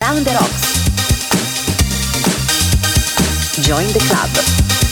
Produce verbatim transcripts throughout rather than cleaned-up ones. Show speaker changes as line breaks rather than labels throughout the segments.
Around the Rocks. Join the club.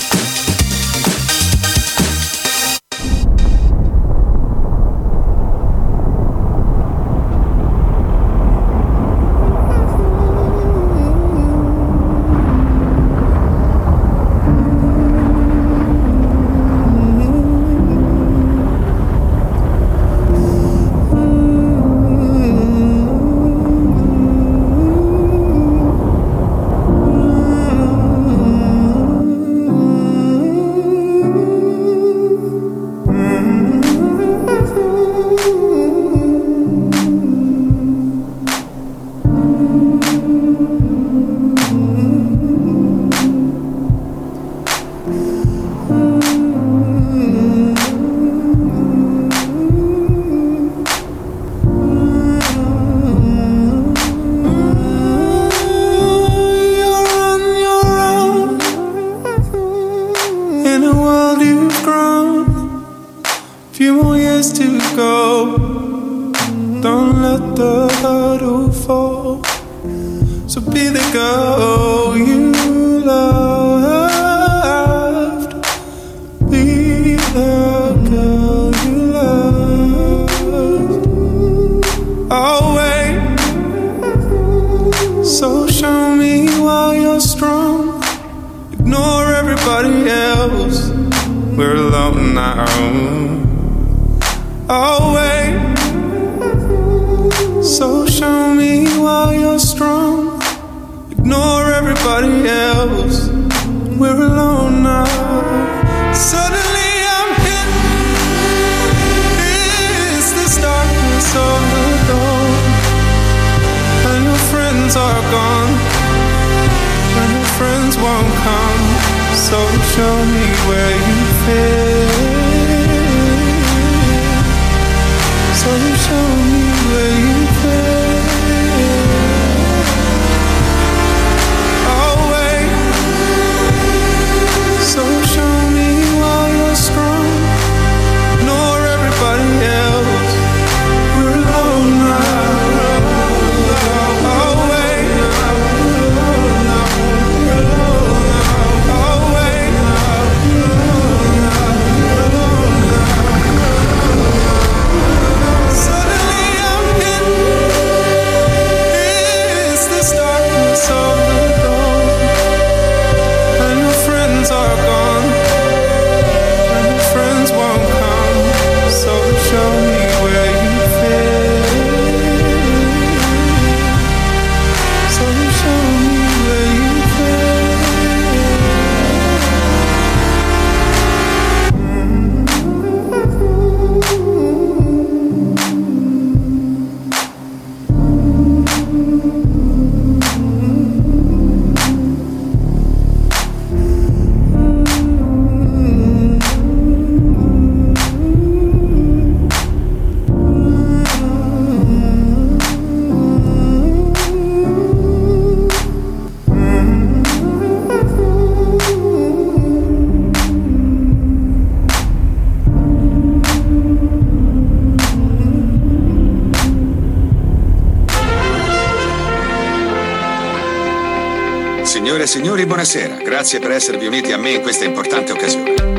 Signore e signori, buonasera. Grazie per esservi uniti a me in questa importante occasione.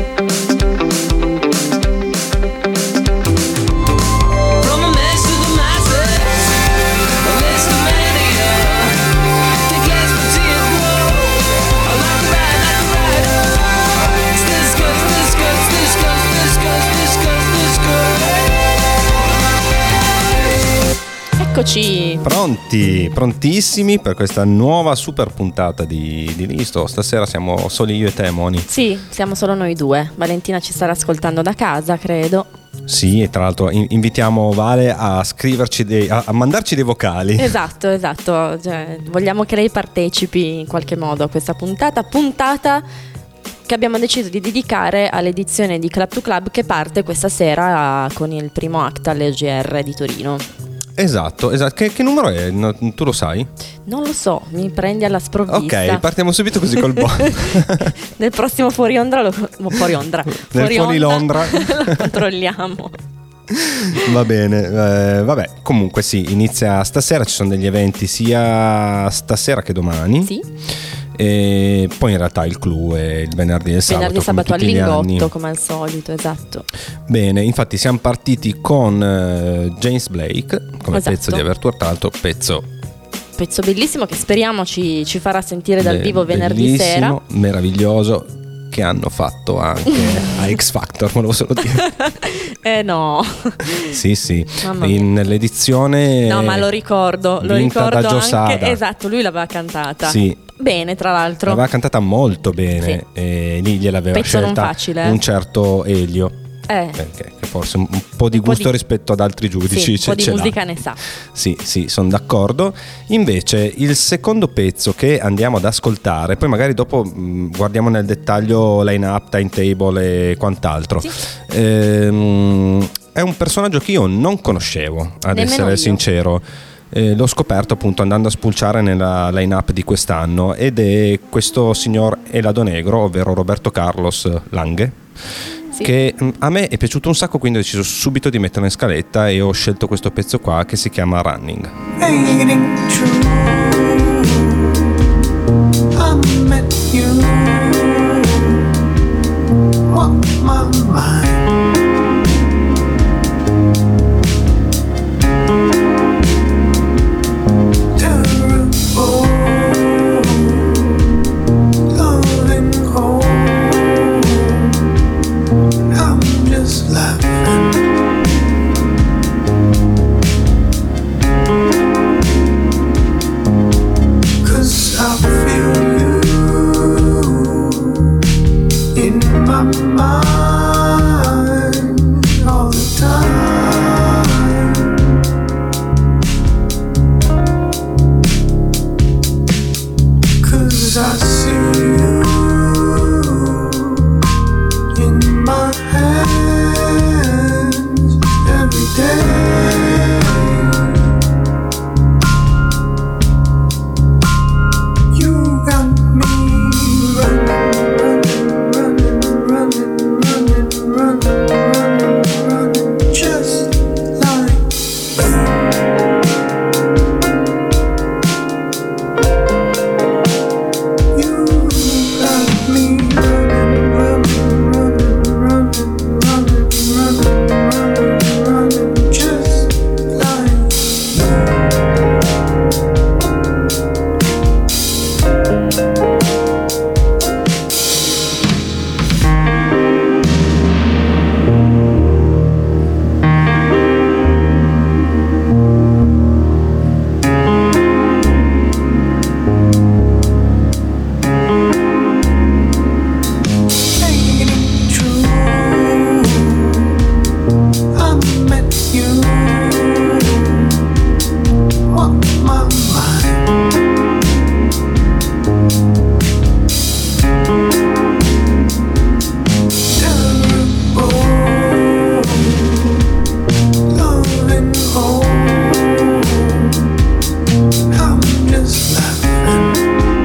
Eccoci
pronti, prontissimi per questa nuova super puntata di, di Listo. Stasera siamo soli io e te, Moni.
Sì, siamo solo noi due. Valentina ci starà ascoltando da casa, credo.
Sì, e tra l'altro invitiamo Vale a scriverci dei, a, a mandarci dei vocali.
Esatto, esatto, cioè, vogliamo che lei partecipi in qualche modo a questa puntata Puntata che abbiamo deciso di dedicare all'edizione di Club to Club che parte questa sera con il primo act all'E G R di Torino.
Esatto, esatto. Che, che numero è? No, tu lo sai?
Non lo so, mi prendi alla sprovvista.
Ok, partiamo subito così col buono.
Nel prossimo fuori onda lo fuori onda.
Nel fuori, fuori Londra
lo controlliamo.
Va bene, eh, vabbè, comunque sì, inizia stasera, ci sono degli eventi sia stasera che domani.
Sì.
E poi in realtà il clou è il venerdì e il sabato.
Venerdì sabato al
come tutti gli anni.
Lingotto, come al solito, esatto.
Bene, infatti siamo partiti con uh, James Blake come
Esatto.
pezzo di Aperture, tra l'altro pezzo
Pezzo bellissimo che speriamo ci, ci farà sentire dal
be-
vivo venerdì
bellissimo,
sera.
meraviglioso, che hanno fatto anche a X Factor, volevo solo dire.
Eh no.
Sì, sì,
Mamma mia.
in l'edizione
No, ma lo ricordo, lo
vinta
ricordo
da Joe
anche.
Sada.
Esatto, lui l'aveva cantata.
Sì.
Bene, tra l'altro.
L'aveva cantata molto bene,
Sì.
e lì gliel'aveva
Pezzo non
scelta
facile, eh.
un certo Elio.
Eh.
Che, che forse un, un po' di
Un po'
gusto
di-
rispetto ad altri giudici,
Sì, un
ce-
po' di
ce l'ha.
musica ne sa.
Sì, sì, sono d'accordo. Invece il secondo pezzo che andiamo ad ascoltare, poi magari dopo mh, guardiamo nel dettaglio line-up, timetable e quant'altro.
Sì.
Ehm, è un personaggio che io non conoscevo, ad
Nemmeno
essere
io.
sincero. Eh, l'ho scoperto appunto andando a spulciare nella line-up di quest'anno, ed è questo signor Elado Negro, ovvero Roberto Carlos Lange.
Sì.
Che mh, a me è piaciuto un sacco, quindi ho deciso subito di metterlo in scaletta e ho scelto questo pezzo qua che si chiama Running.
Ain't it true? I met you. Walk my mind. Terrible. Loving home. I'm just laughing. Cause I feel you in my mind all the time. Cause I see you in my hands every day. You got me running, running, running, running, running, running, running, just like you. Got me running, running, running, running, running, running, running, running, just like ain't it true? I met you. Walk my mind. Terrible. Loving home. I'm just laughing.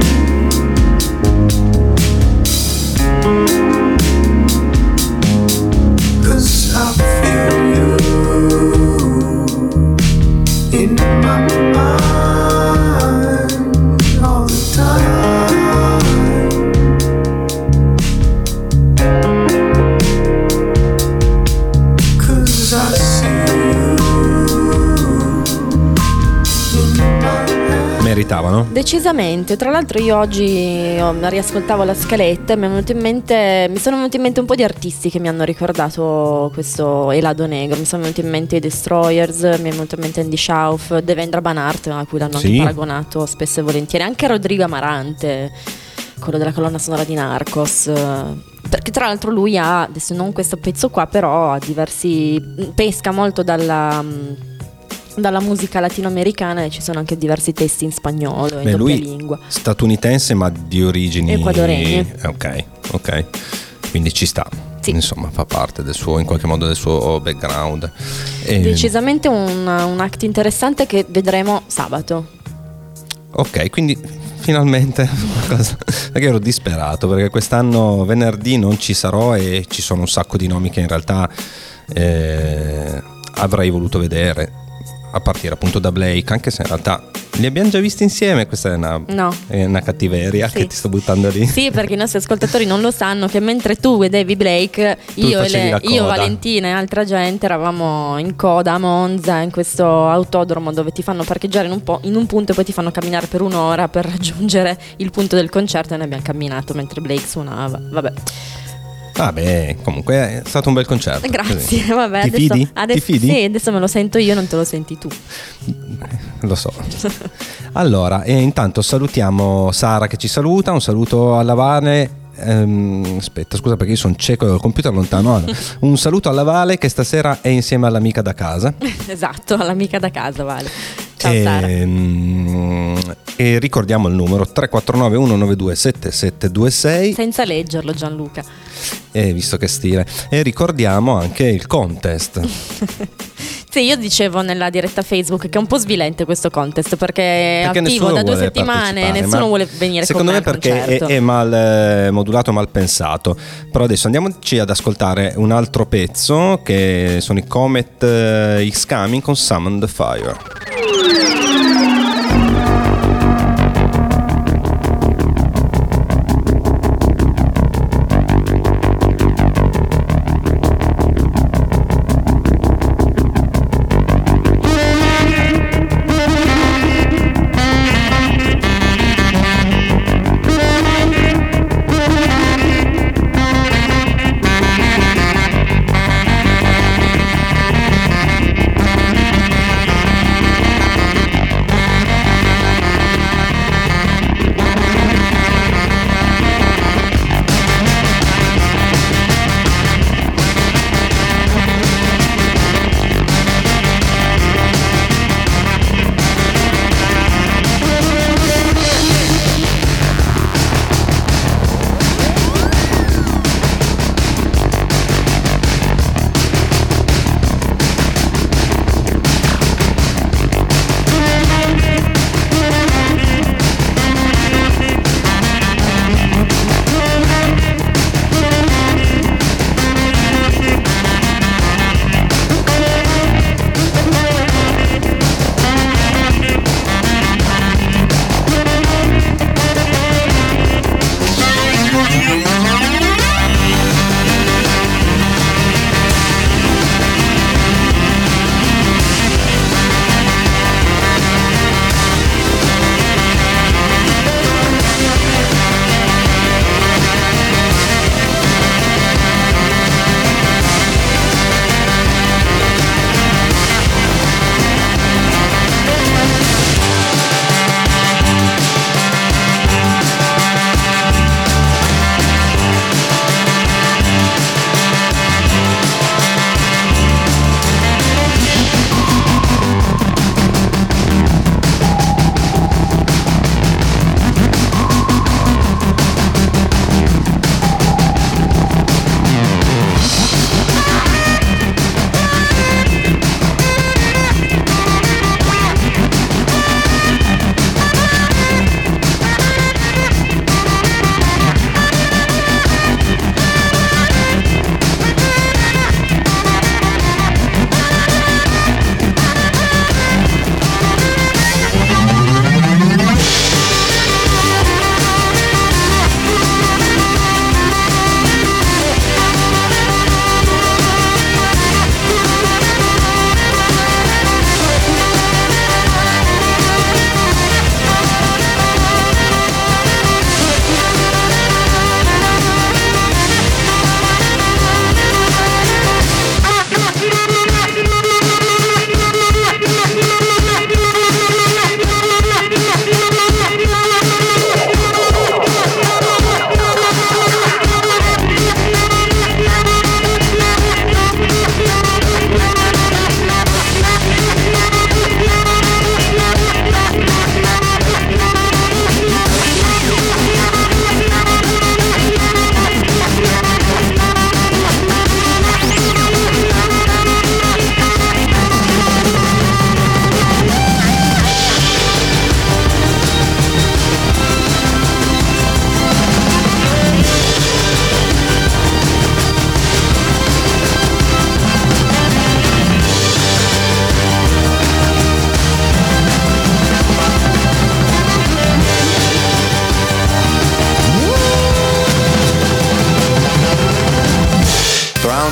Cause I feel you in my mind all the time. Cause I see you in my hand.
Meritavano?
Decisamente, tra l'altro io oggi oh, riascoltavo la scaletta e mi, è venuto in mente, mi sono venuti in mente un po' di artisti che mi hanno ricordato questo Elado Negro. Mi sono venuti in mente i Destroyers, mi è venuto in mente Andy Schauf, Devendra Banhart, a cui l'hanno
Sì.
anche paragonato spesso e volentieri, anche Rodrigo Amarante, quello della colonna sonora di Narcos, eh, perché tra l'altro lui ha, adesso non questo pezzo qua, però ha diversi, pesca molto dalla... mh, dalla musica latinoamericana, e ci sono anche diversi testi in spagnolo, in
Beh,
doppia
lui
lingua.
statunitense ma di origini
Ecuadoregne.
Eh, ok, ok, quindi ci sta.
Sì.
Insomma, fa parte del suo, in qualche modo, del suo background. E-
Decisamente un, un act interessante che vedremo sabato.
Ok, quindi finalmente una cosa, perché ero disperato, perché quest'anno venerdì non ci sarò e ci sono un sacco di nomi che in realtà eh, avrei voluto vedere, a partire appunto da Blake, anche se in realtà li abbiamo già visti insieme. Questa è una,
No.
è una cattiveria
Sì.
che ti sto buttando lì.
Sì, perché i nostri ascoltatori non lo sanno che mentre tu vedevi Blake,
Tu
io, e
facevi
le-
la
io
coda.
Valentina e altra gente eravamo in coda a Monza, in questo autodromo dove ti fanno parcheggiare in un, po', in un punto e poi ti fanno camminare per un'ora per raggiungere il punto del concerto, e noi abbiamo camminato mentre Blake suonava. Vabbè.
Vabbè, comunque è stato un bel concerto.
Grazie, vabbè.
Ti
adesso,
fidi?
adesso-
Ti fidi?
Sì, adesso me lo sento io, non te lo senti tu.
Lo so. Allora, e intanto salutiamo Sara che ci saluta, un saluto alla Vale. Ehm, aspetta, scusa perché io sono cieco e ho il computer lontano. Allora, un saluto alla Vale che stasera è insieme all'amica da casa.
Esatto, all'amica da casa, Vale. Ciao Sara.
Ehm, e ricordiamo il numero tre quattro nove uno nove due sette sette due sei.
Senza leggerlo, Gianluca.
E visto che stile. E ricordiamo anche il contest.
Sì, io dicevo nella diretta Facebook che è un po' svilente questo contest perché è
Perché
attivo
nessuno
da due
vuole
settimane,
partecipare,
nessuno
ma
vuole venire
secondo
con
me
me al
perché è,
concerto.
è mal eh, modulato, mal pensato. Però adesso andiamoci ad ascoltare un altro pezzo che sono i Comet eh, X Coming con Summon the Fire.
Thank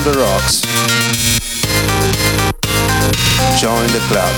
on the rocks. Join the club.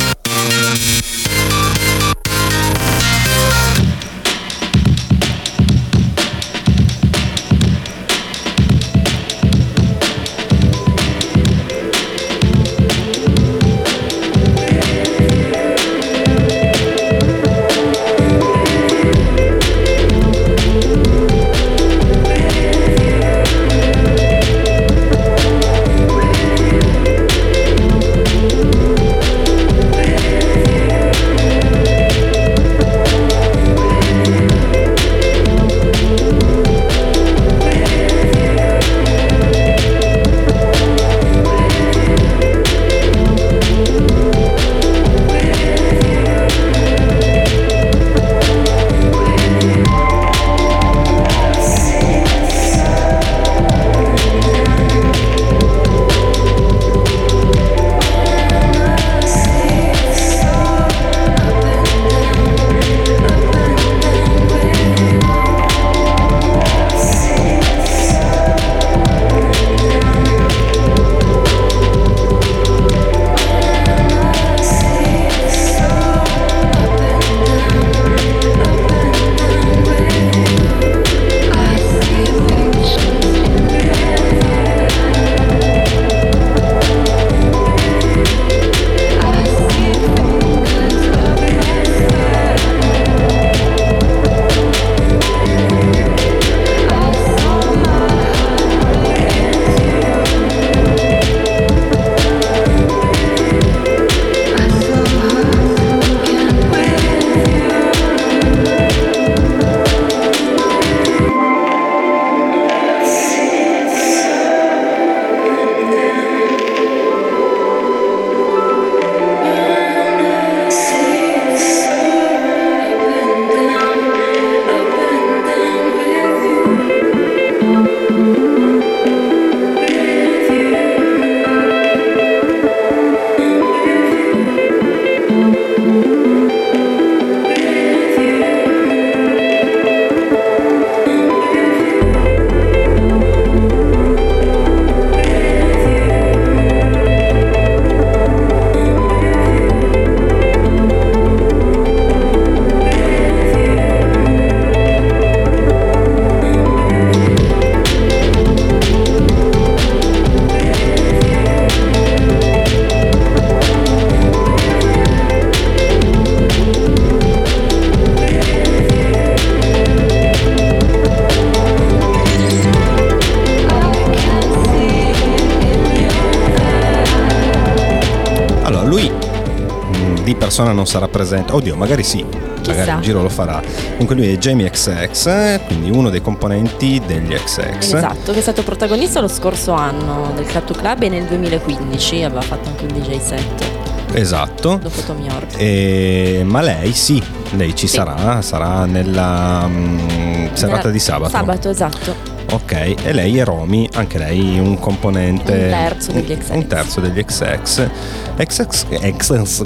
di persona non sarà presente, oddio magari sì,
Chissà.
magari in giro lo farà. Comunque lui è Jamie X X, quindi uno dei componenti degli X X.
Esatto, che è stato protagonista lo scorso anno del Club to Club e nel duemilaquindici aveva fatto anche un D J set.
Esatto.
Dopo Tom York.
E, ma lei sì, lei ci
Sì.
sarà, sarà nella mm, serata
Nella-
di sabato.
Sabato, esatto.
Ok, e lei è Romy, anche lei un componente,
Un terzo degli X X.
un terzo degli X X, X X, X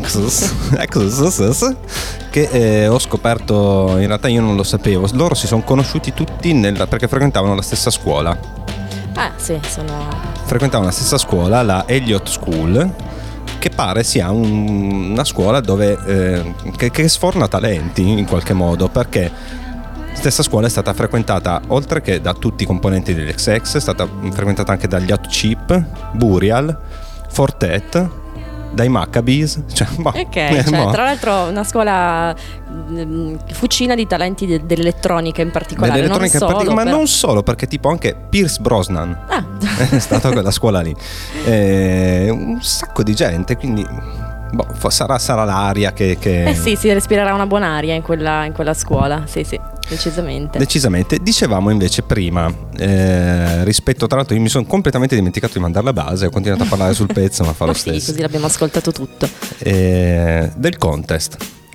X, che eh, ho scoperto, in realtà io non lo sapevo, loro si sono conosciuti tutti nella, perché frequentavano la stessa scuola,
Ah, sì, sono.
frequentavano la stessa scuola, la Elliott School, che pare sia un- una scuola dove eh, che, che sforna talenti in qualche modo, perché stessa scuola è stata frequentata, oltre che da tutti i componenti degli X X, è stata frequentata anche dagli Hot Chip, Burial, Fortet, dai Maccabees, cioè, boh,
Ok,
eh,
cioè,
boh.
tra l'altro una scuola mm, fucina di talenti de- dell'elettronica in particolare,
Dell'elettronica in
non solo,
partic- ma
però.
non solo, perché tipo anche Pierce Brosnan
Ah.
è stato a quella scuola lì. Eh, un sacco di gente, quindi boh, fo- sarà, sarà l'aria che, che...
Eh sì, si respirerà una buona aria in quella, in quella scuola, sì sì, decisamente.
Decisamente. Dicevamo invece prima, eh, rispetto, tra l'altro io mi sono completamente dimenticato di mandare la base, ho continuato a parlare sul pezzo, ma fa
Ma
lo
sì,
stesso.
così l'abbiamo ascoltato tutto.
Eh, del contest.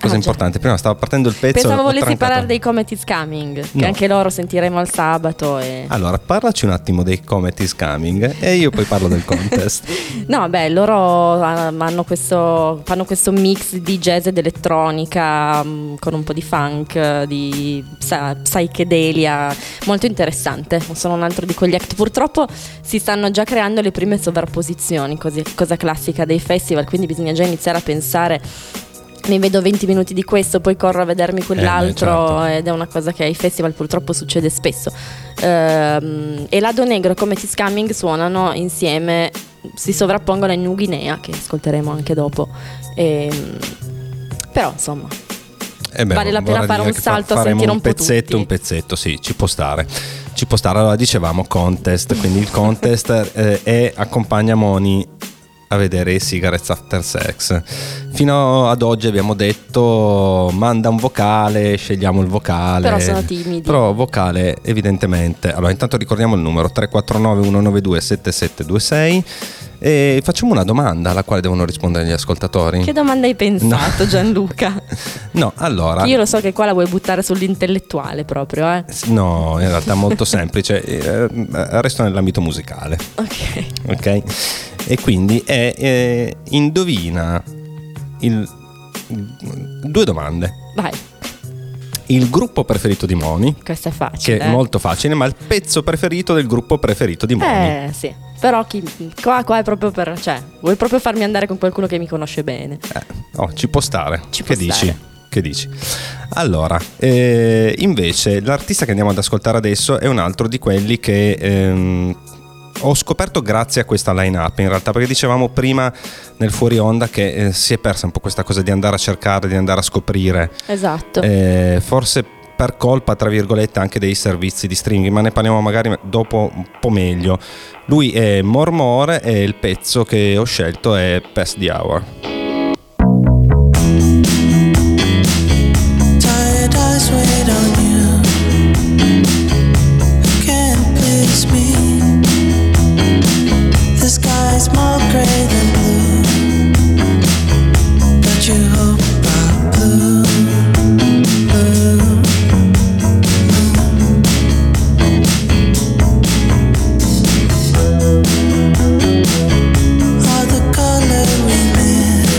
cosa
Ah,
importante. Prima stava partendo il pezzo.
Pensavo
ho
volessi
trancato.
parlare dei Comet is Coming, che
No.
anche loro sentiremo il sabato. E...
Allora, parlaci un attimo dei Comet is Coming e io poi parlo del contest.
No, beh, loro ah, hanno questo, fanno questo mix di jazz ed elettronica mh, con un po' di funk, di psa- psychedelia, molto interessante. Sono un altro di quegli act. Purtroppo si stanno già creando le prime sovrapposizioni, così, cosa classica dei festival, quindi bisogna già iniziare a pensare. Mi vedo venti minuti di questo, poi corro a vedermi quell'altro,
Eh, beh, certo.
ed è una cosa che ai festival purtroppo succede spesso. Ehm, e Lado Negro come Is Coming suonano insieme, si sovrappongono in New Guinea, che ascolteremo anche dopo. Ehm, però insomma,
Eh beh,
vale la pena
vorrà
fare
dire
un
che fa-
salto a
faremo
sentire
un
un po'
pezzetto,
tutti.
un pezzetto, sì, ci può stare. Ci può stare. Allora dicevamo contest, quindi il contest eh, è accompagna Moni a vedere i Cigarettes After Sex. Fino ad oggi abbiamo detto manda un vocale, scegliamo il vocale.
Però sono timidi.
Però vocale evidentemente. Allora intanto ricordiamo il numero tre quattro nove uno nove due sette sette due sei e facciamo una domanda alla quale devono rispondere gli ascoltatori.
Che domanda hai pensato, Gianluca?
No, allora.
Che io lo so che qua la vuoi buttare sull'intellettuale proprio, eh?
No, in realtà è molto semplice, eh, resto nell'ambito musicale,
Ok.
ok? E quindi è eh, indovina il, due domande.
Vai,
Il gruppo preferito di Moni,
questa è
che
facile.
è
eh.
molto facile, ma il pezzo preferito del gruppo preferito di Moni.
Eh sì, però chi, qua, qua è proprio per, cioè, vuoi proprio farmi andare con qualcuno che mi conosce bene.
Eh, oh, ci può stare.
Ci
che
può
dici?
stare.
Che dici? Allora, eh, invece l'artista che andiamo ad ascoltare adesso è un altro di quelli che ehm, ho scoperto grazie a questa line-up, in realtà, perché dicevamo prima nel fuori onda che eh, si è persa un po' questa cosa di andare a cercare, di andare a scoprire.
Esatto.
Eh, forse per colpa, tra virgolette, anche dei servizi di streaming, ma ne parliamo magari dopo un po' meglio. Lui è Mormore e il pezzo che ho scelto è Past the Hour.
Tired eyes wait on you. Can't please me. The sky's more gray than blue, but you hope I'll bloom. All the color we miss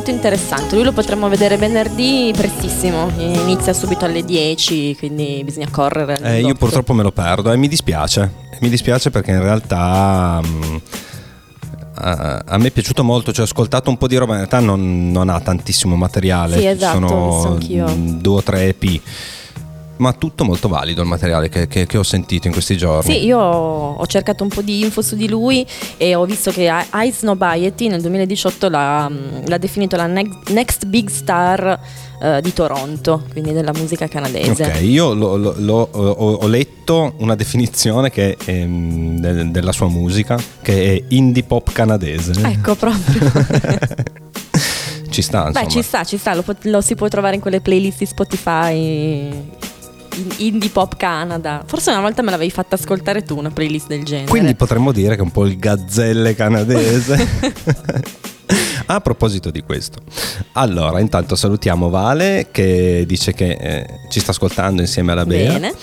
molto interessante. Lui lo potremmo vedere venerdì prestissimo, inizia subito alle dieci, quindi bisogna correre.
Eh, io purtroppo me lo perdo e mi dispiace. Mi dispiace perché in realtà mh, a, a me è piaciuto molto, cioè ho ascoltato un po' di roba, in realtà non, non ha tantissimo materiale.
Sì, esatto, ho visto
sono
anch'io.
mh, due o tre E P. Ma tutto molto valido il materiale che, che, che ho sentito in questi giorni.
Sì, io ho cercato un po' di info su di lui e ho visto che Eyes Nobiety nel duemiladiciotto l'ha, l'ha definito la next, next big star uh, di Toronto, quindi della musica canadese.
Ok, io lo, lo, lo, ho, ho letto una definizione che è, ehm, de, della sua musica, che è indie pop canadese.
Ecco, proprio.
Ci sta, insomma.
Beh, ci sta, ci sta, lo, lo si può trovare in quelle playlist di Spotify. Indie Pop Canada. Forse una volta me l'avevi fatta ascoltare tu una playlist del genere.
Quindi potremmo dire che è un po' il gazzelle canadese. A proposito di questo, allora intanto salutiamo Vale che dice che eh, ci sta ascoltando insieme alla Bea.
Bene.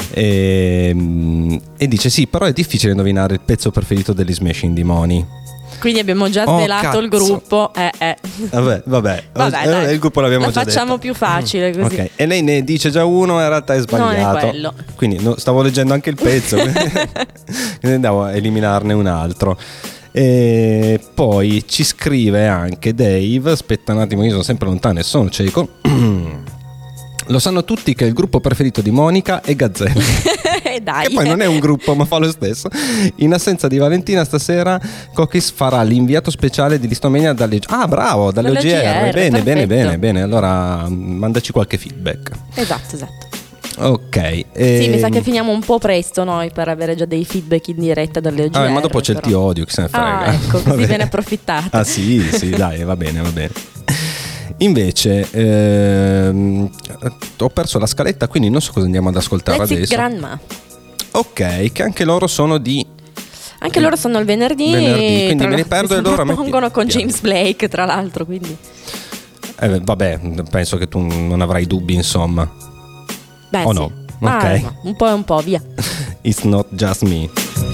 E, e dice sì, però è difficile indovinare il pezzo preferito degli Smashing Demoni.
Quindi abbiamo già
Oh,
svelato
cazzo.
il gruppo. Eh, eh.
Vabbè, vabbè,
Vabbè,
Eh,
dai.
il gruppo l'abbiamo
La
già
facciamo
detto.
più facile così.
Ok, e lei ne dice già uno, in realtà è sbagliato.
Non è quello.
Quindi no, stavo leggendo anche il pezzo, quindi andavo a eliminarne un altro. E poi ci scrive anche Dave. Aspetta un attimo, io sono sempre lontano e sono cieco. Lo sanno tutti che il gruppo preferito di Monica è Gazzelle.
Dai.
Che poi non è un gruppo, ma fa lo stesso. In assenza di Valentina stasera Cookies farà l'inviato speciale di Listomania dalle... Ah, bravo, dalle O G R.
Dall'O G R,
Bene, bene,
perfetto.
bene, bene. Allora mandaci qualche feedback.
Esatto, esatto.
Ok.
Sì, mi sa
ehm,
che finiamo un po' presto noi per avere già dei feedback in diretta dalle O G R.
Ah, ma dopo c'è il
però.
ti odio, che se ne frega.
Ah, ecco, così
Vabbè.
ve ne approfittate.
Ah sì, sì, dai, va bene, va bene. Invece ehm, ho perso la scaletta, quindi non so cosa andiamo ad ascoltare
Let's It
adesso.
Grandma.
Ok, che anche loro sono di
Anche loro sono il venerdì,
Venerdì, quindi
tra
me ne
l'altro
perdo
si
e loro a me
sovrappongono con
piace.
James Blake, tra l'altro, quindi
eh, vabbè, penso che tu non avrai dubbi, insomma.
beh,
O
sì.
no?
Ah,
Ok.
no, un po' e un po', via.
It's not just me.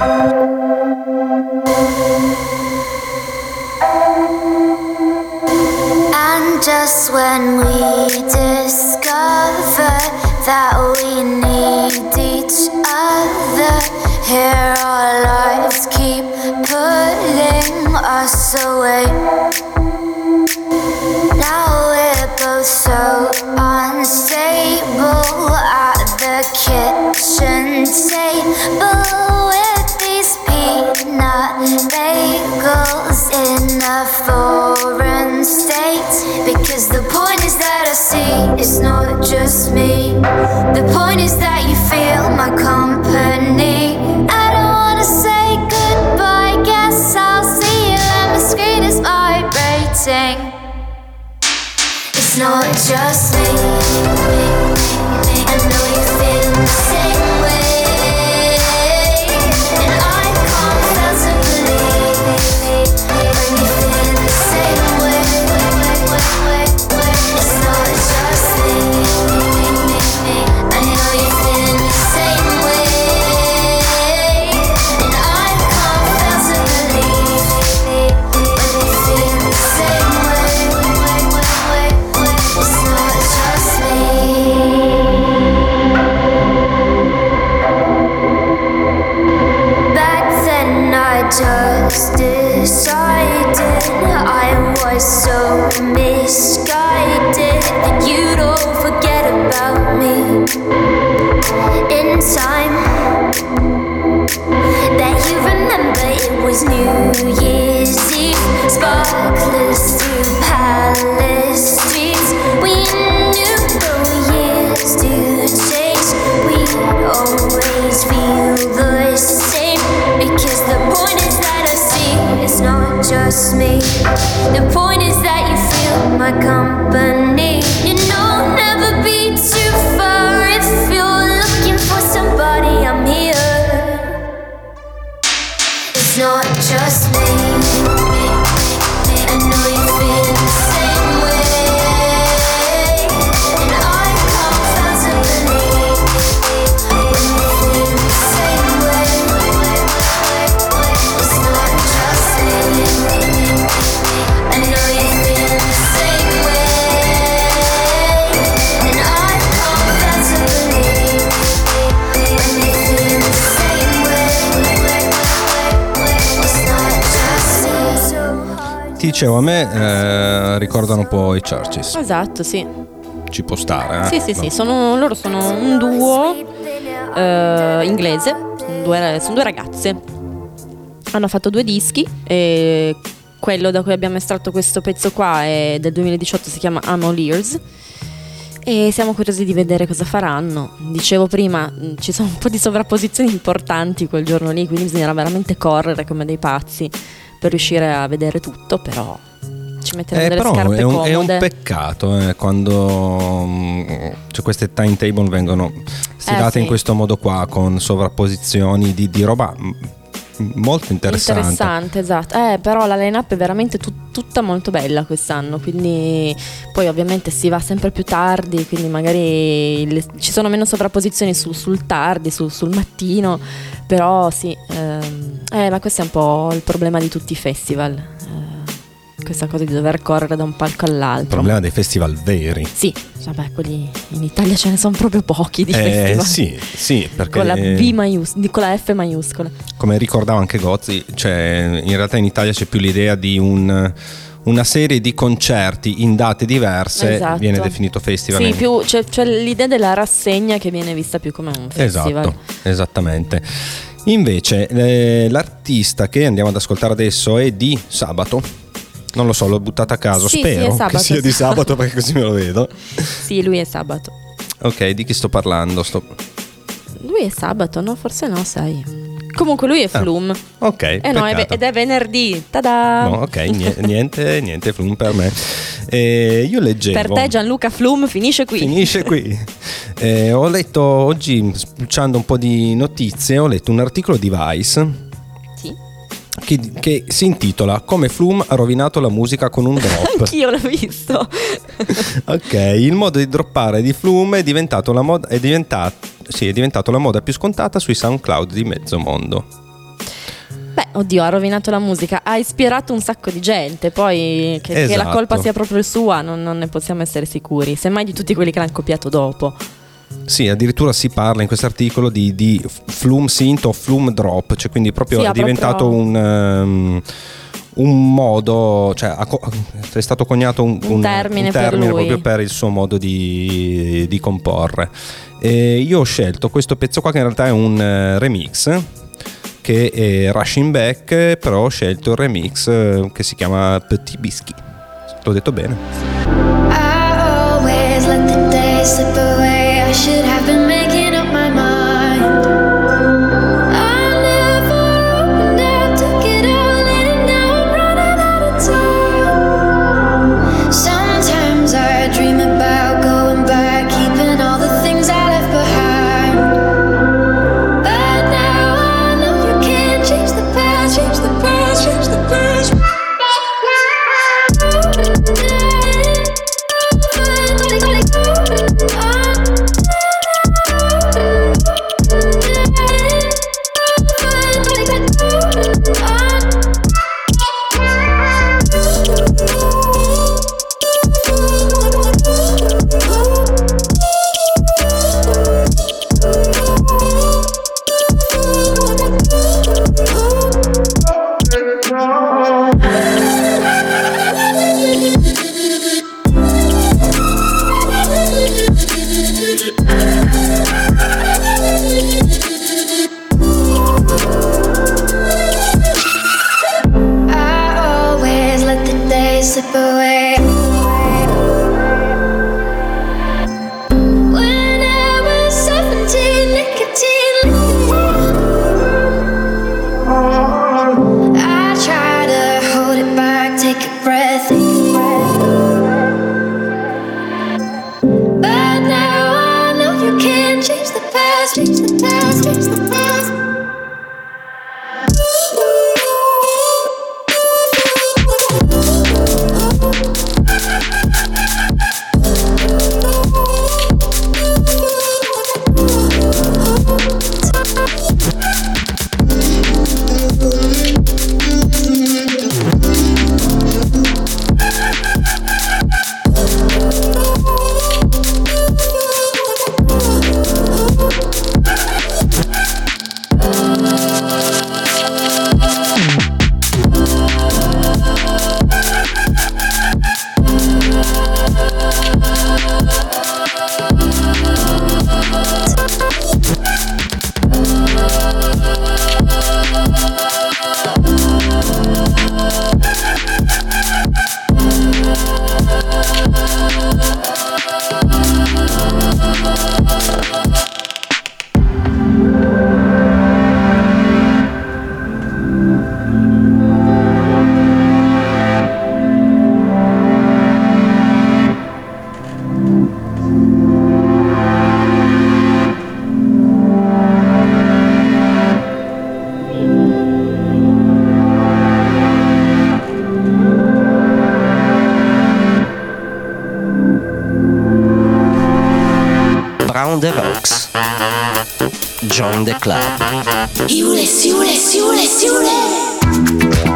And just when we discover that we need each other, here our lives keep pulling us away. Now we're both so unstable at the kitchen table with these peanut bagels in a foreign state. Because the point is that I see it's not just me. The point is that you feel my company. I don't wanna say goodbye, guess I'll see you and my screen is vibrating. It's not just me. I know you feel the same way, and I can't fail to believe when you feel the same way. It's not just me. I know you feel the same way, and I can't fail to believe when you feel the same way. It's not just me. Back then I just decided I was so misguided that you don't forget about me in time. That you remember it was New Year's Eve, sparklers through palace streets. We knew the years to change, we'd always feel the same. Because the point is that I see it's not just me. The point is that you feel my company. You know, never be too far. If you're looking for somebody, I'm here. It's not just me. I know you feel the same way, and I can't fail to believe when you feel the same way. It's not just me. I know you feel the same
ti dicevo, a me eh, ricordano un po' i Churches.
Esatto, sì.
Ci può stare, eh?
Sì, sì,
No.
sì, sono, loro sono un duo eh, inglese, due, sono due ragazze. Hanno fatto due dischi e quello da cui abbiamo estratto questo pezzo qua è del duemiladiciotto, si chiama I'm All Ears. E siamo curiosi di vedere cosa faranno. Dicevo prima, mh, ci sono un po' di sovrapposizioni importanti quel giorno lì, quindi bisognerà veramente correre come dei pazzi per riuscire a vedere tutto, però ci metteremo
Eh,
delle
però
scarpe
è un,
comode.
è un peccato eh, quando mm, cioè, queste timetable vengono stilate
Eh, sì.
in questo modo qua, con sovrapposizioni di, di roba mm, molto interessante.
Interessante, esatto. Eh, però la line-up è veramente tut- tutta molto bella quest'anno, quindi poi ovviamente si va sempre più tardi, quindi magari le- ci sono meno sovrapposizioni su- sul tardi, su- sul mattino, però sì, ehm, eh, ma questo è un po' il problema di tutti i festival, eh, questa cosa di dover correre da un palco
Il
all'altro.
problema dei festival veri.
Sì, vabbè, quelli in Italia ce ne sono proprio pochi di
Eh,
festival.
sì, sì, perché
Con la V maiuscola, con la F maiuscola.
come ricordava anche Gozzi, cioè, in realtà in Italia c'è più l'idea di un, una serie di concerti in date diverse,
Esatto.
viene definito festival.
Sì, più c'è, c'è l'idea della rassegna che viene vista più come un festival.
Esatto, esattamente. Invece eh, l'artista che andiamo ad ascoltare adesso è di Sabato. Non lo so, l'ho buttata a caso,
Sì, sì,
spero
è Sabato.
che sia di Sabato perché così me lo vedo.
Sì, lui è Sabato.
Ok, di chi sto parlando? Sto...
Lui è Sabato, no? Forse no, sai. Comunque lui è
Ah,
Flume.
Ok,
Eh no, è ve-
peccato.
ed è venerdì. Tada!
No, ok, nie- niente, niente Flume per me. Eh, io leggevo.
Per te Gianluca Flume finisce qui.
Finisce qui. Eh, ho letto oggi, spulciando un po' di notizie, ho letto un articolo di Vice
Sì.
che, che si intitola Come Flume ha rovinato la musica con un drop.
Anch'io l'ho visto.
Ok, il modo di droppare di Flume è diventato la moda, è diventato, sì, è diventato la moda più scontata sui SoundCloud di mezzo mondo.
Beh, oddio, ha rovinato la musica. Ha ispirato un sacco di gente. Poi che, che la
Esatto.
colpa sia proprio sua, non, non ne possiamo essere sicuri. Semmai di tutti quelli che l'hanno copiato dopo.
Sì, addirittura si parla in questo articolo di, di Flume Synth o Flume Drop, cioè quindi proprio
Sì,
è
ha
diventato
proprio-
un, um, un modo, cioè ha co- è stato coniato un,
Un termine per lui.
proprio per il suo modo di, di comporre. E io ho scelto questo pezzo qua che in realtà è un eh, remix che è Rushing Back, però ho scelto il remix eh, che si chiama Petit Biscuit. L'ho detto bene?
I always let the day slip away. I should have been making up my mind. I never opened up, took it all in. Now I'm running out of time. Sometimes I dream about going back, keeping all the things I left behind. But now I know you can't change the past, change the past, change the past.
on the rocks. Join the club.
Siule, siule, siule, siule.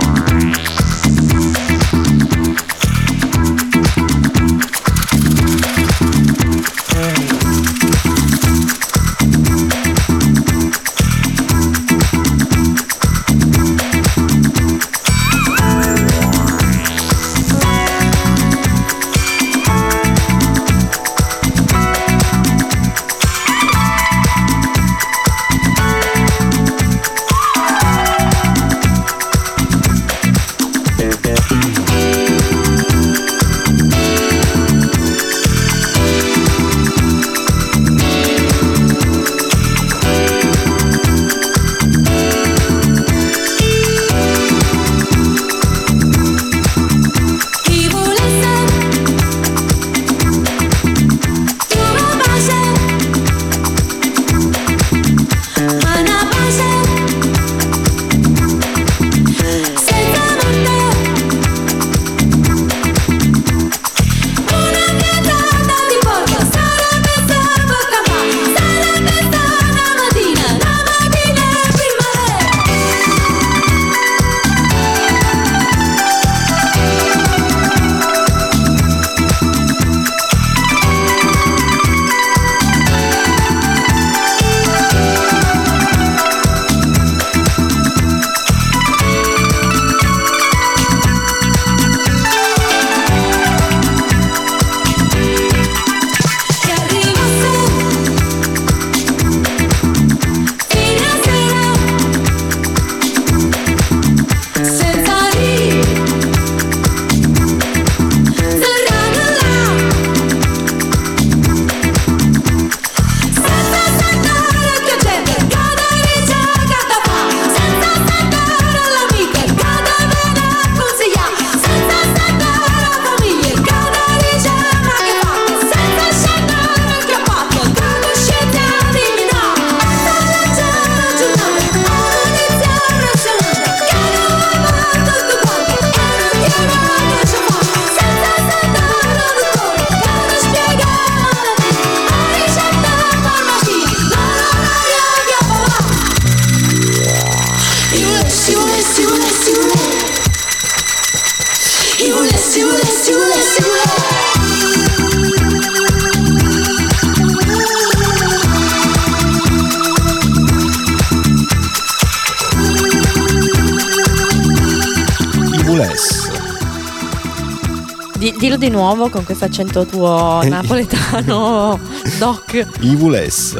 Dillo di nuovo con questo accento tuo napoletano, Doc.
Ivules.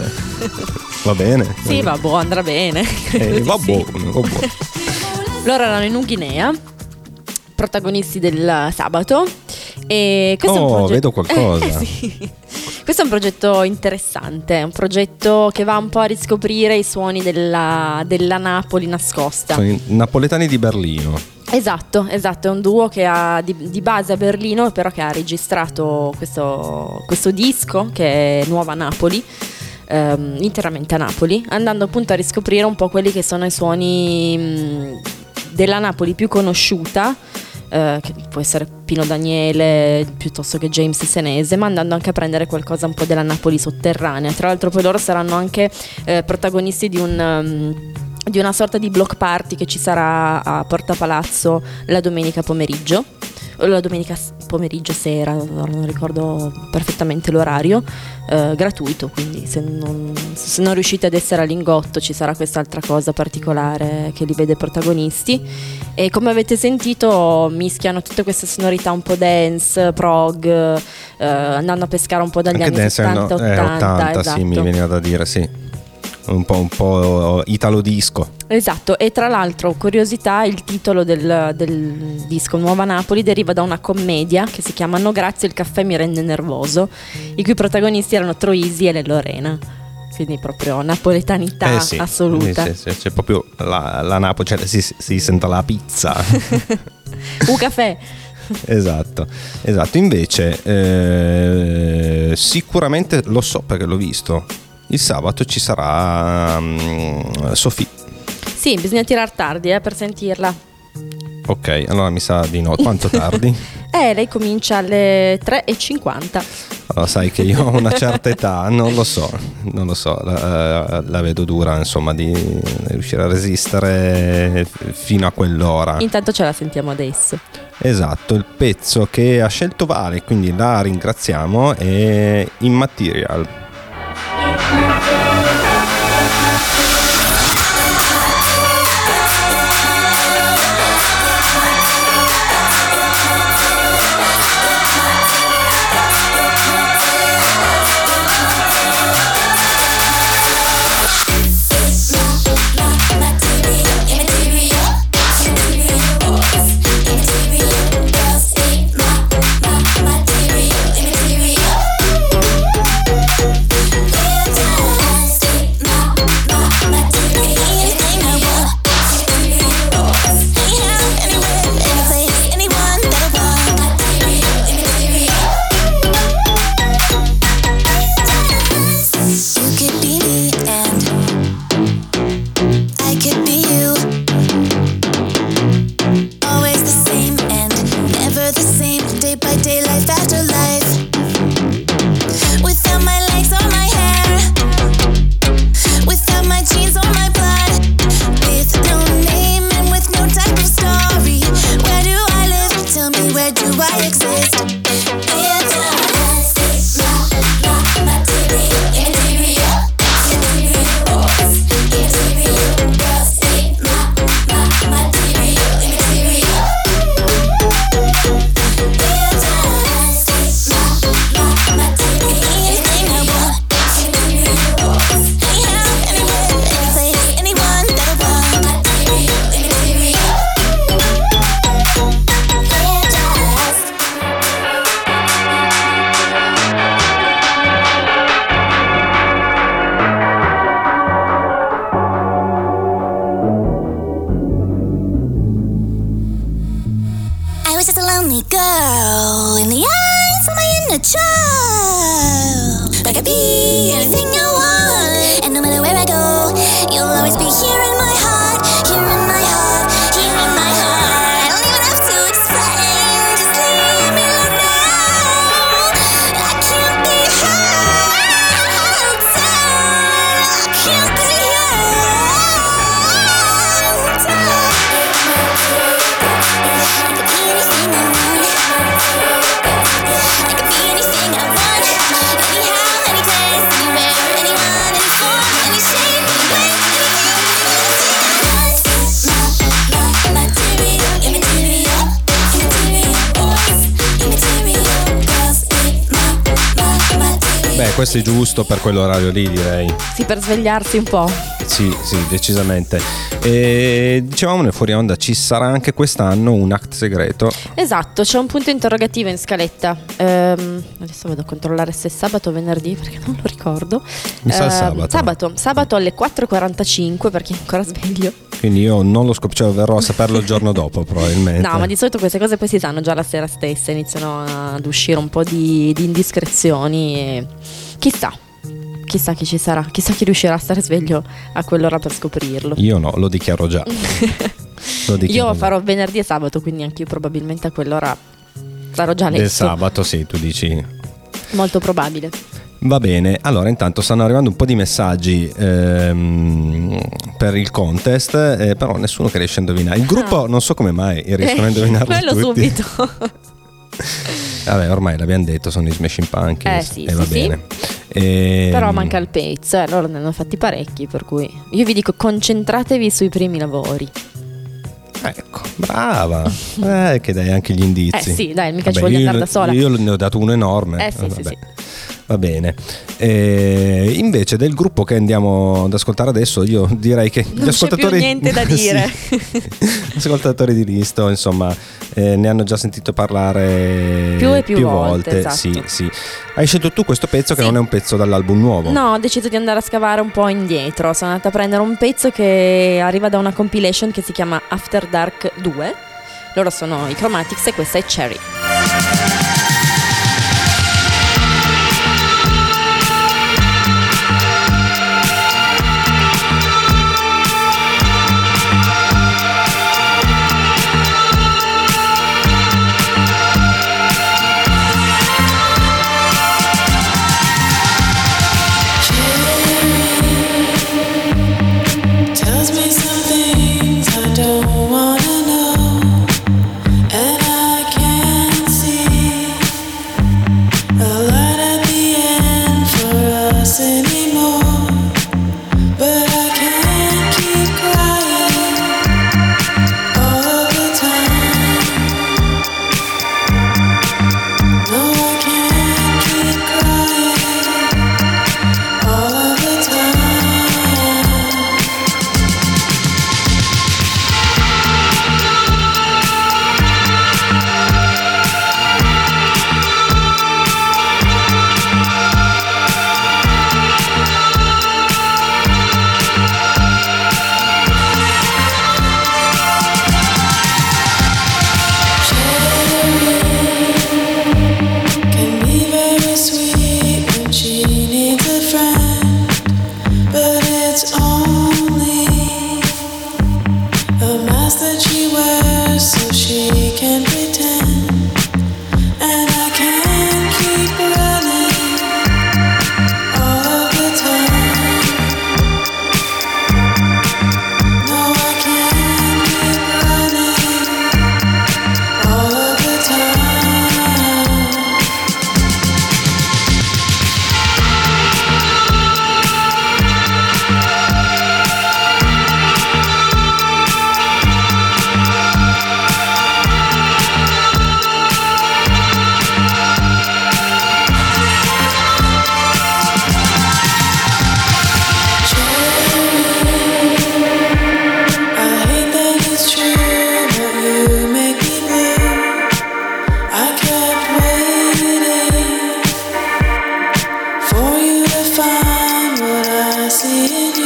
Va bene?
Sì, va buono, andrà bene.
Eh, va
Sì.
buono, va buono.
Loro erano in Uguinea, protagonisti del sabato. E questo
Oh,
è un progetto...
vedo qualcosa.
Eh, sì. Questo è un progetto interessante, un progetto che va un po' a riscoprire i suoni della, della Napoli nascosta.
Sono i napoletani di Berlino.
Esatto, esatto, è un duo che ha di, di base a Berlino, però che ha registrato questo, questo disco che è Nuova Napoli, ehm, interamente a Napoli, andando appunto a riscoprire un po' quelli che sono i suoni mh, della Napoli più conosciuta, eh, che può essere Pino Daniele piuttosto che James Senese, ma andando anche a prendere qualcosa un po' della Napoli sotterranea. Tra l'altro poi loro saranno anche eh, protagonisti di un... Um, di una sorta di block party che ci sarà a Porta Palazzo la domenica pomeriggio, o la domenica pomeriggio sera, non ricordo perfettamente l'orario, eh, gratuito, quindi se non, se non riuscite ad essere a Lingotto ci sarà quest'altra cosa particolare che li vede protagonisti. E come avete sentito mischiano tutte queste sonorità un po' dance, prog, eh, andando a pescare un po' dagli
Anche
anni
dance,
settanta
no, eh,
ottanta,
ottanta,
esatto.
sì, mi veniva da dire, sì. Un po', un po' italo disco.
Esatto, e tra l'altro, curiosità, il titolo del, del disco Nuova Napoli deriva da una commedia che si chiama No grazie, il caffè mi rende nervoso, i cui protagonisti erano Troisi e le Lorena. Quindi proprio napoletanità
Eh sì,
assoluta.
sì, sì, sì, c'è proprio la, la Napoli, cioè si, si sente la pizza.
Un caffè.
Esatto, esatto. Invece eh, sicuramente lo so perché l'ho visto. Il sabato ci sarà um, Sofì.
Sì, bisogna tirar tardi eh, per sentirla.
Ok, allora mi sa di no. Quanto tardi?
Eh, lei comincia alle tre e cinquanta.
Allora, sai che io ho una certa età, non lo so, non lo so, la, la vedo dura, insomma, di riuscire a resistere fino a quell'ora.
Intanto ce la sentiamo adesso.
Esatto, il pezzo che ha scelto Vale, quindi la ringraziamo, è Immaterial. Questo è giusto per quell'orario lì, direi.
Sì, per svegliarsi un po'.
Sì, sì, decisamente. E dicevamo nel fuori onda, ci sarà anche quest'anno un act segreto.
Esatto, c'è un punto interrogativo in scaletta. Ehm, adesso vado a controllare se è sabato o venerdì, perché non lo ricordo.
Mi sa
Ehm,
sabato.
Sabato, sabato alle quattro e quarantacinque, per chi è ancora sveglio.
Quindi io non lo scopro, cioè verrò a saperlo il giorno dopo probabilmente.
No, ma di solito queste cose poi si sanno già la sera stessa, iniziano ad uscire un po' di, di indiscrezioni e chissà, chissà chi ci sarà, chissà chi riuscirà a stare sveglio a quell'ora per scoprirlo.
Io no, lo dichiaro già. Lo dichiaro
Io
già.
farò venerdì e sabato, quindi anch'io probabilmente a quell'ora sarò già letto.
Del sabato, sì, tu dici.
Molto probabile.
Va bene, allora intanto stanno arrivando un po' di messaggi ehm, per il contest, eh, però nessuno che riesce a indovinare. Il gruppo
Ah.
non so come mai riescono a indovinarlo
Quello
tutti.
subito.
Vabbè, ormai l'abbiamo detto, sono i Smashing Pumpkins
Eh, sì,
e
sì,
va
sì.
bene. E,
Però manca il pezzo, eh, loro ne hanno fatti parecchi, per cui io vi dico concentratevi sui primi lavori.
Ecco, brava. Eh, che dai anche gli indizi.
Eh sì, dai, mica ci
Vabbè,
voglio
io,
andare da sola.
Io ne ho dato uno enorme.
Eh sì, sì,
Vabbè.
sì.
Va bene. E invece del gruppo che andiamo ad ascoltare adesso, io direi che
Non
gli ascoltatori
c'è più niente da dire.
Sì. Gli ascoltatori di Listo, insomma, eh, ne hanno già sentito parlare
Più e più volte, esatto.
Sì, sì. Hai scelto tu questo pezzo che
Sì.
non è un pezzo dall'album nuovo.
No, ho deciso di andare a scavare un po' indietro. Sono andata a prendere un pezzo che arriva da una compilation che si chiama After Dark due. Loro sono i Chromatics e questa è Cherry.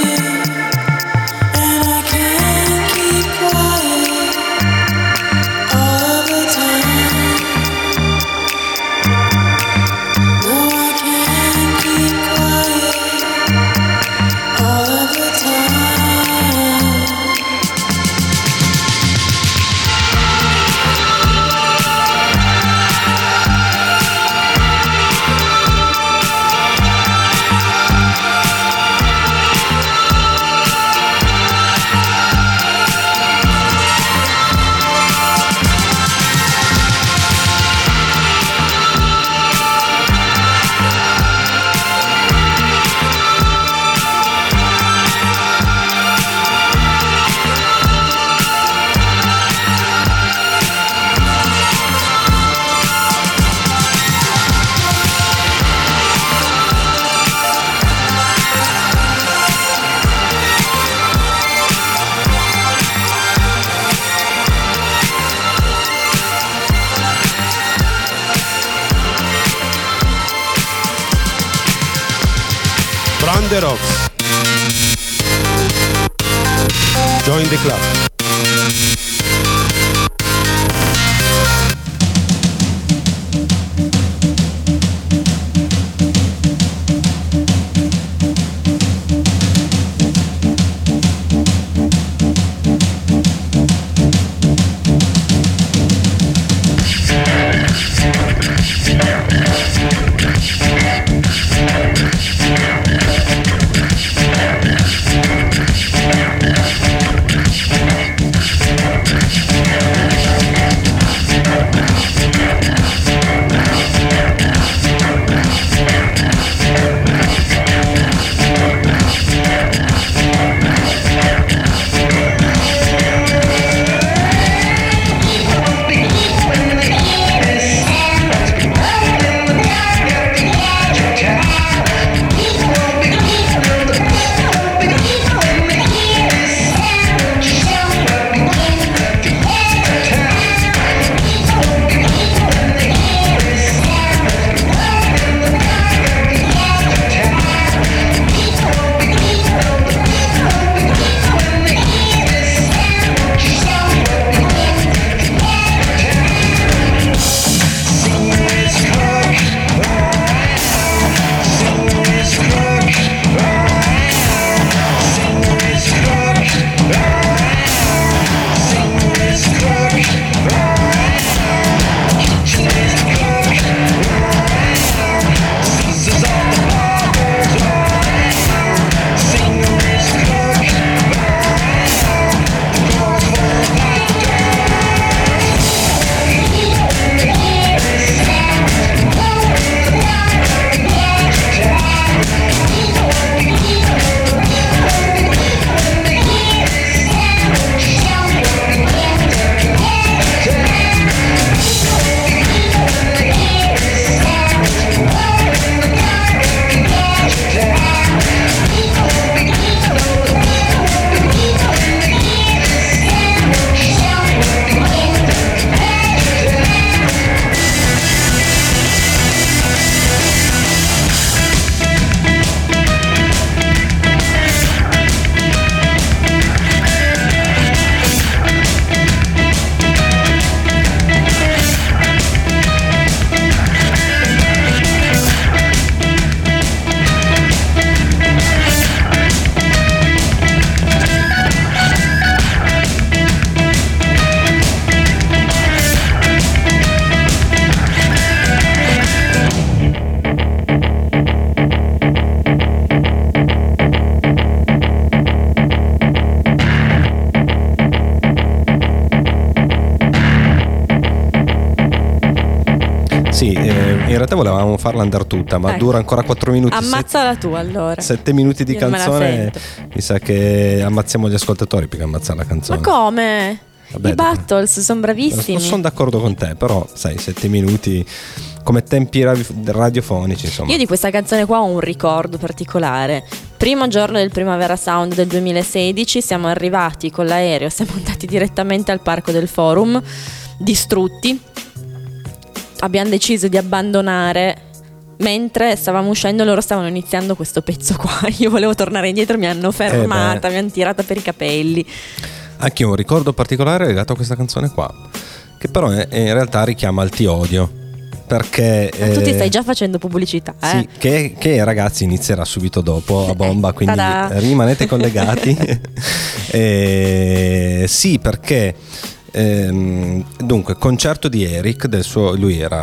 The Rocks. Join the club.
Sì, eh, in realtà volevamo farla andare tutta, ma
ecco,
dura ancora quattro minuti.
Ammazzala tu allora.
sette minuti di
Io non me la
canzone.
sento.
Mi sa che ammazziamo gli ascoltatori più che ammazzare la canzone.
Ma come?
Vabbè,
I Battles sono bravissimi.
Non sono d'accordo con te, però sai, sette minuti come tempi radiofonici, insomma.
Io di questa canzone qua ho un ricordo particolare. Primo giorno del Primavera Sound del duemilasedici, siamo arrivati con l'aereo, siamo andati direttamente al Parco del Forum, distrutti. Abbiamo deciso di abbandonare mentre stavamo uscendo loro stavano iniziando questo pezzo qua. Io volevo tornare indietro, mi hanno fermata,
Eh
mi hanno tirata per i capelli.
Anche io ho un ricordo particolare legato a questa canzone qua, che però è- in realtà richiama il Ti odio. Perché
Ma tu ti
eh,
stai già facendo pubblicità, eh?
sì, che, che ragazzi inizierà subito dopo a bomba, quindi
Ta-da!
rimanete collegati. Eh, sì, perché ehm, dunque, concerto di Eric, del suo, lui era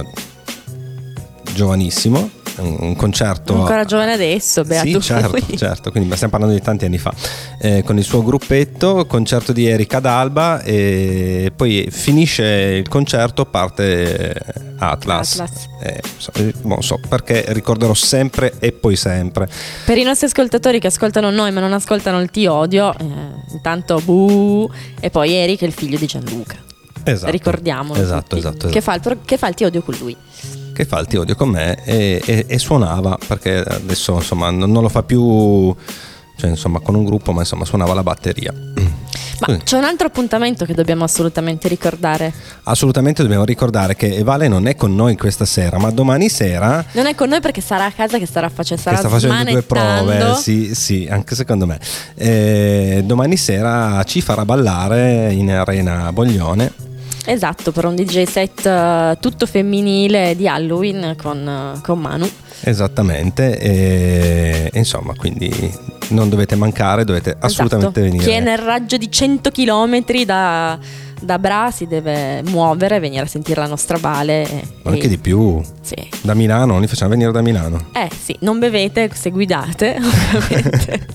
giovanissimo, un, un concerto
Ancora giovane adesso, beato
sì, certo,
lui.
certo, quindi stiamo parlando di tanti anni fa, eh, con il suo gruppetto, concerto di Eric ad Alba, e poi finisce il concerto, parte Atlas,
Atlas.
Eh, so, eh, non so perché ricorderò sempre e poi sempre.
Per i nostri ascoltatori che ascoltano noi ma non ascoltano il Ti odio, eh, intanto buh, e poi Eric è il figlio di Gianluca.
Esatto,
Ricordiamolo
esatto,
tutti.
esatto,
Che
esatto.
fa, il, pro- che fa il Ti odio con lui.
Che fa il Ti odio con me e, e- e suonava, perché adesso insomma non, non lo fa più, cioè insomma con un gruppo, ma insomma suonava la batteria.
Ma
Sì.
c'è un altro appuntamento che dobbiamo assolutamente ricordare.
Assolutamente dobbiamo ricordare che Vale non è con noi questa sera, ma domani sera
Non è con noi perché sarà a casa che starà facendo,
che
sarà
sta facendo due
smanettando.
prove, sì, sì, anche secondo me. Eh, domani sera ci farà ballare in arena Boglione.
Esatto, per un D J set eh, tutto femminile di Halloween con, eh, con Manu.
Esattamente, e, e insomma, quindi non dovete mancare, dovete assolutamente
Esatto.
venire.
Chi è nel raggio di cento chilometri da, da Bra si deve muovere, venire a sentire la nostra Vale. e-
Ma anche
e-
di più.
Sì.
Da Milano, li facciamo venire da Milano.
Eh sì, non bevete se guidate, ovviamente.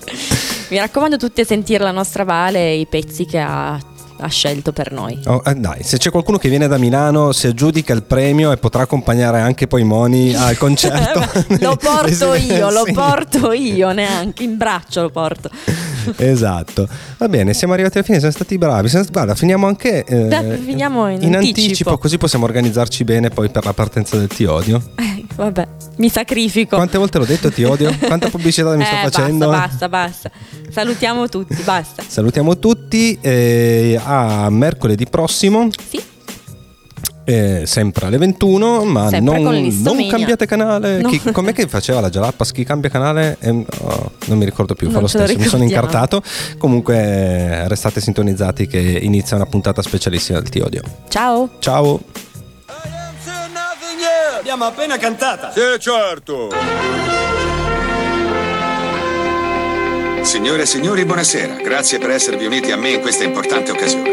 Mi raccomando tutti a sentire la nostra Vale e i pezzi che ha, ha scelto per noi.
Oh, eh, dai, se c'è qualcuno che viene da Milano, si aggiudica il premio e potrà accompagnare anche poi Moni al concerto.
Lo porto io, lo
Sì.
porto io, neanche in braccio lo porto.
Esatto. Va bene, siamo arrivati alla fine, siamo stati bravi. Siamo- Guarda, finiamo anche eh,
Dai, finiamo in anticipo.
così possiamo organizzarci bene poi per la partenza del Ti odio.
Eh, vabbè, mi sacrifico.
Quante volte l'ho detto Ti odio? Quanta pubblicità mi sto
Eh,
facendo?
Basta, basta, basta. Salutiamo tutti, basta.
Salutiamo tutti, eh, a mercoledì prossimo.
Sì.
Eh, sempre alle ventuno, ma
Sempre
non,
con
non
l'Istomania.
cambiate canale.
No.
Chi, com'è che faceva la Jalapas? Chi cambia canale? Eh, oh, non mi ricordo più, fa
Non
lo
ce lo
stesso, mi sono
ricordiamo.
incartato. Comunque eh, restate sintonizzati che inizia una puntata specialissima del Ti odio.
Ciao.
Ciao.
Abbiamo appena cantata.
Sì, certo. Signore e signori, buonasera. Grazie per esservi uniti a me in questa importante occasione.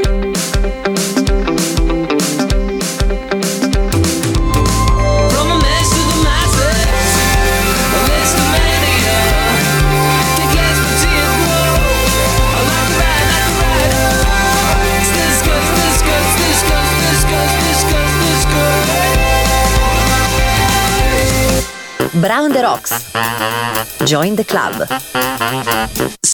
From a mess to the masses, a mess to mania. The glass will see it grow. I like to ride, like to ride. It's this good, this good, this good, this good, this good, this good.
Brown the Rocks. Join the club.